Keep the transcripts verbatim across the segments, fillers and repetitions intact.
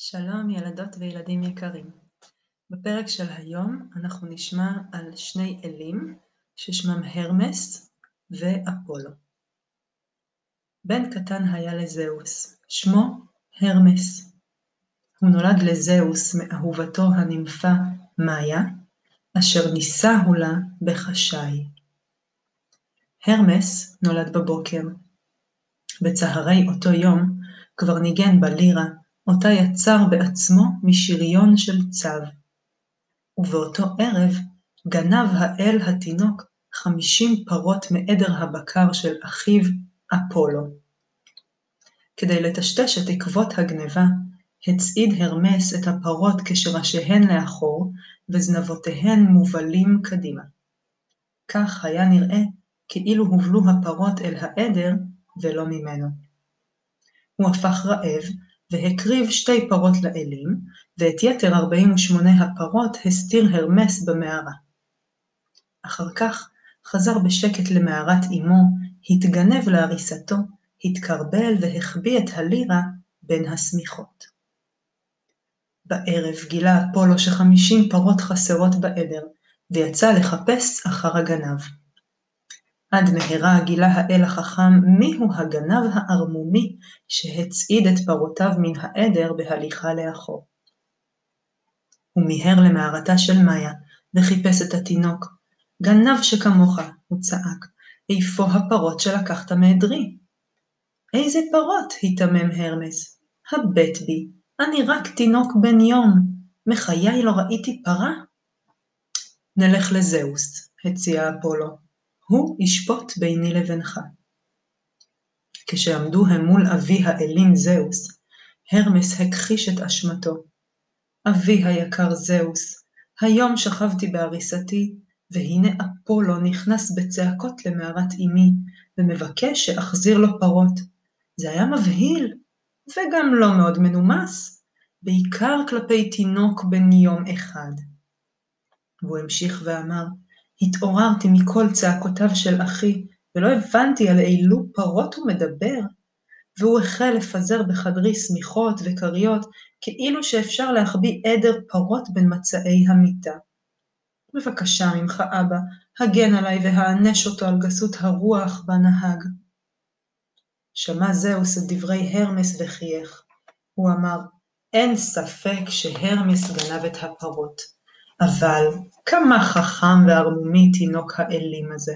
שלום ילדות וילדים יקרים. בפרק של היום אנחנו נשמע על שני אלים ששמם הרמס ואפולו. בן קטן היה לזהוס, שמו הרמס. הוא נולד לזהוס מאהובתו הנמפה מאיה, אשר נישאו לה בחשאי. הרמס נולד בבוקר. בצהרי אותו יום כבר ניגן בלירה, אותה יצר בעצמו משריון של צב. ובאותו ערב גנב האל התינוק חמישים פרות מעדר הבקר של אחיו אפולו. כדי לטשטש את עקבות הגנבה, הצעיד הרמס את הפרות כשראשיהן לאחור וזנבותיהן מובלים קדימה. כך היה נראה כאילו הובלו הפרות אל העדר ולא ממנו. הוא הפך רעב והקריב שתי פרות לאלים, ואת יתר ארבעים ושמונה הפרות הסתיר הרמס במערה. אחר כך חזר בשקט למערת אמו, התגנב להריסתו, התקרבל והחביא את הלירה בין השמיכות. בערב גילה אפולו שחמישים פרות חסרות בעדר, ויצא לחפש אחר הגנב. עד מהרה גילה האל החכם מיהו הגנב הערמומי שהצעיד את פרותיו מן העדר בהליכה לאחור. הוא מיהר למערתה של מאיה וחיפש את התינוק. גנב שכמוך, הוא צעק, איפה הפרות שלקחת מעדרי? איזה פרות? התמם הרמס. הבט בי, אני רק תינוק בן יום, מחיי לא ראיתי פרה? נלך לזהוס, הציע אפולו. הוא ישפוט ביני לבינך. כשעמדו הם מול אבי האלים זהוס, הרמס הכחיש את אשמתו. אבי היקר זהוס, היום שכבתי בהריסתי, והנה אפולו נכנס בצעקות למערת אמי, ומבקש שאחזיר לו פרות. זה היה מבהיל, וגם לא מאוד מנומס, בעיקר כלפי תינוק בן יום אחד. והוא המשיך ואמר, התעוררתי מכל צעקותיו של אחי, ולא הבנתי על אילו פרות הוא מדבר, והוא החל לפזר בחדרי סמיכות וקריות, כאילו שאפשר להחביא עדר פרות בין מצאי המיטה. בבקשה ממך אבא, הגן עליי והענש אותו על גסות הרוח בנהג. שמע זהוס את דברי הרמס וחייך. הוא אמר, אין ספק שהרמס גנב את הפרות, אבל כמה חכם וערמומי תינוק האלים הזה.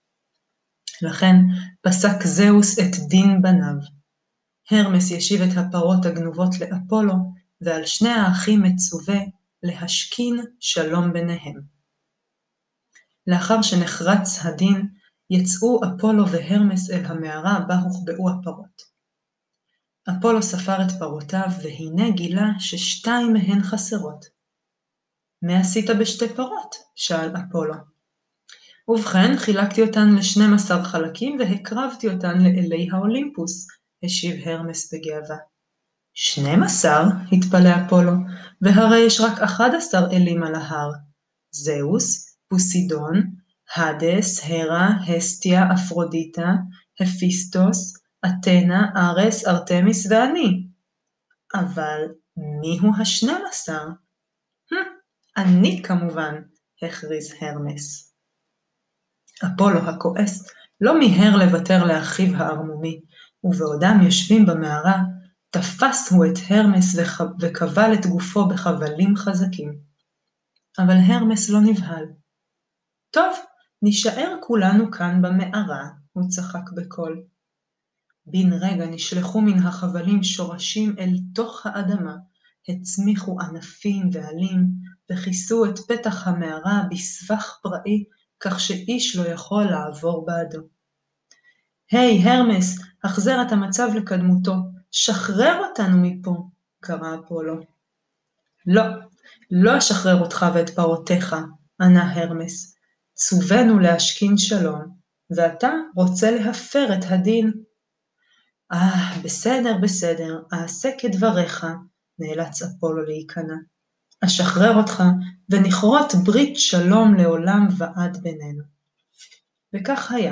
לכן פסק זהוס את דין בניו. הרמס ישיב את הפרות הגנובות לאפולו, ועל שני האחים מצווה להשכין שלום ביניהם. לאחר שנחרץ הדין, יצאו אפולו והרמס אל המערה בה הוחבאו הפרות. אפולו ספר את פרותיו, והנה גילה ששתיים מהן חסרות. מה עשית בשתי פרות? שאל אפולו. ובכן, חילקתי אותן ל-שנים עשר חלקים, והקרבתי אותן לאלי האולימפוס, השיב הרמס בגאווה. שנים עשר? התפלא אפולו, והרי יש רק אחד עשר אלים על ההר. זהוס, פוסידון, הדס, הרה, הסטיה, אפרודיטה, הפיסטוס, אתנה, ארס, ארתמיס ואני. אבל מיהו השנים עשר? אני כמובן, הכריז הרמס. אפולו הכועס לא מיהר לוותר לאחיו הערמומי, ובעודם יושבים במערה, תפס הוא את הרמס וקבל את גופו בחבלים חזקים. אבל הרמס לא נבהל. טוב, נשאר כולנו כאן במערה, הוא צחק בקול. בן רגע נשלחו מן החבלים שורשים אל תוך האדמה, הצמיחו ענפים ועלים, וכיסו את פתח המערה בסבך פראי, כך שאיש לא יכול לעבור בעדו. היי, hey, הרמס, החזר את המצב לקדמותו, שחרר אותנו מפה, קרא אפולו. לא, לא אשחרר אותך ואת פרותיך, ענה הרמס. צוונו להשכין שלום, ואתה רוצה להפר את הדין. אה, בסדר, בסדר, אעשה כדבריך, נאלץ אפולו להיכנע. אשחרר אותך ונכרות ברית שלום לעולם ועד בינינו. וכך היה.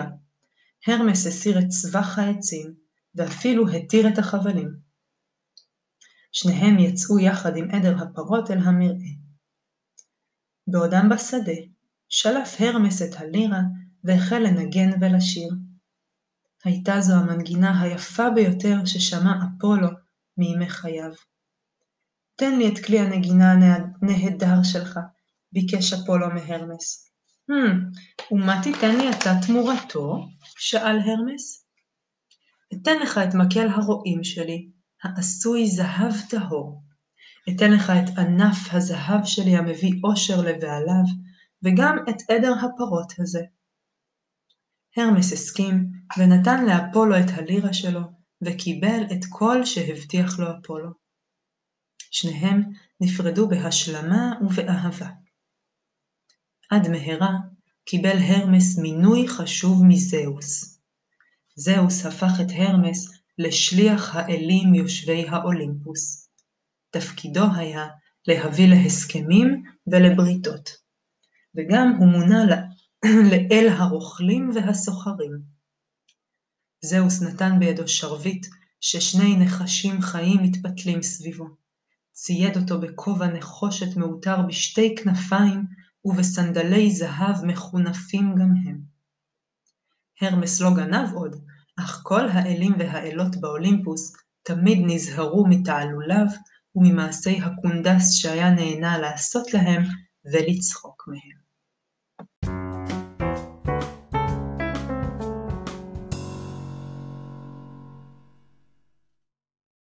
הרמס הסיר את סבך העצים, ואפילו התיר את החבלים. שניהם יצאו יחד עם עדר הפרות אל המרעה. בעודם בשדה, שלף הרמס את הלירה והחל לנגן ולשיר. הייתה זו המנגינה היפה ביותר ששמע אפולו מימי חייו. תן לי את כלי הנגינה הנהדר שלך, ביקש אפולו מהרמס. Hmm, ומה תיתן לי אתה תמורתו? שאל הרמס. אתן לך את מקל הרועים שלי, העשוי זהב טהור. אתן לך את ענף הזהב שלי המביא אושר לבעליו, וגם את עדר הפרות הזה. הרמס הסכים, ונתן לאפולו את הלירה שלו, וקיבל את כל שהבטיח לו אפולו. שניהם נפרדו בהשלמה ובאהבה. עד מהרה קיבל הרמס מינוי חשוב מזהוס. זהוס הפך את הרמס לשליח האלים יושבי האולימפוס. תפקידו היה להביא להסכמים ולבריתות, וגם הוא מונה לאל הרוכלים והסוחרים. זהוס נתן בידו שרביט ששני נחשים חיים מתפתלים סביבו. צייד אותו בכובע נחושת מעוטר בשתי כנפיים ובסנדלי זהב מחונפים גם הם. הרמס לא גנב עוד, אך כל האלים והאלות באולימפוס תמיד נזהרו מתעלוליו וממעשי הקונדס שהיה נהנה לעשות להם ולצחוק מהם.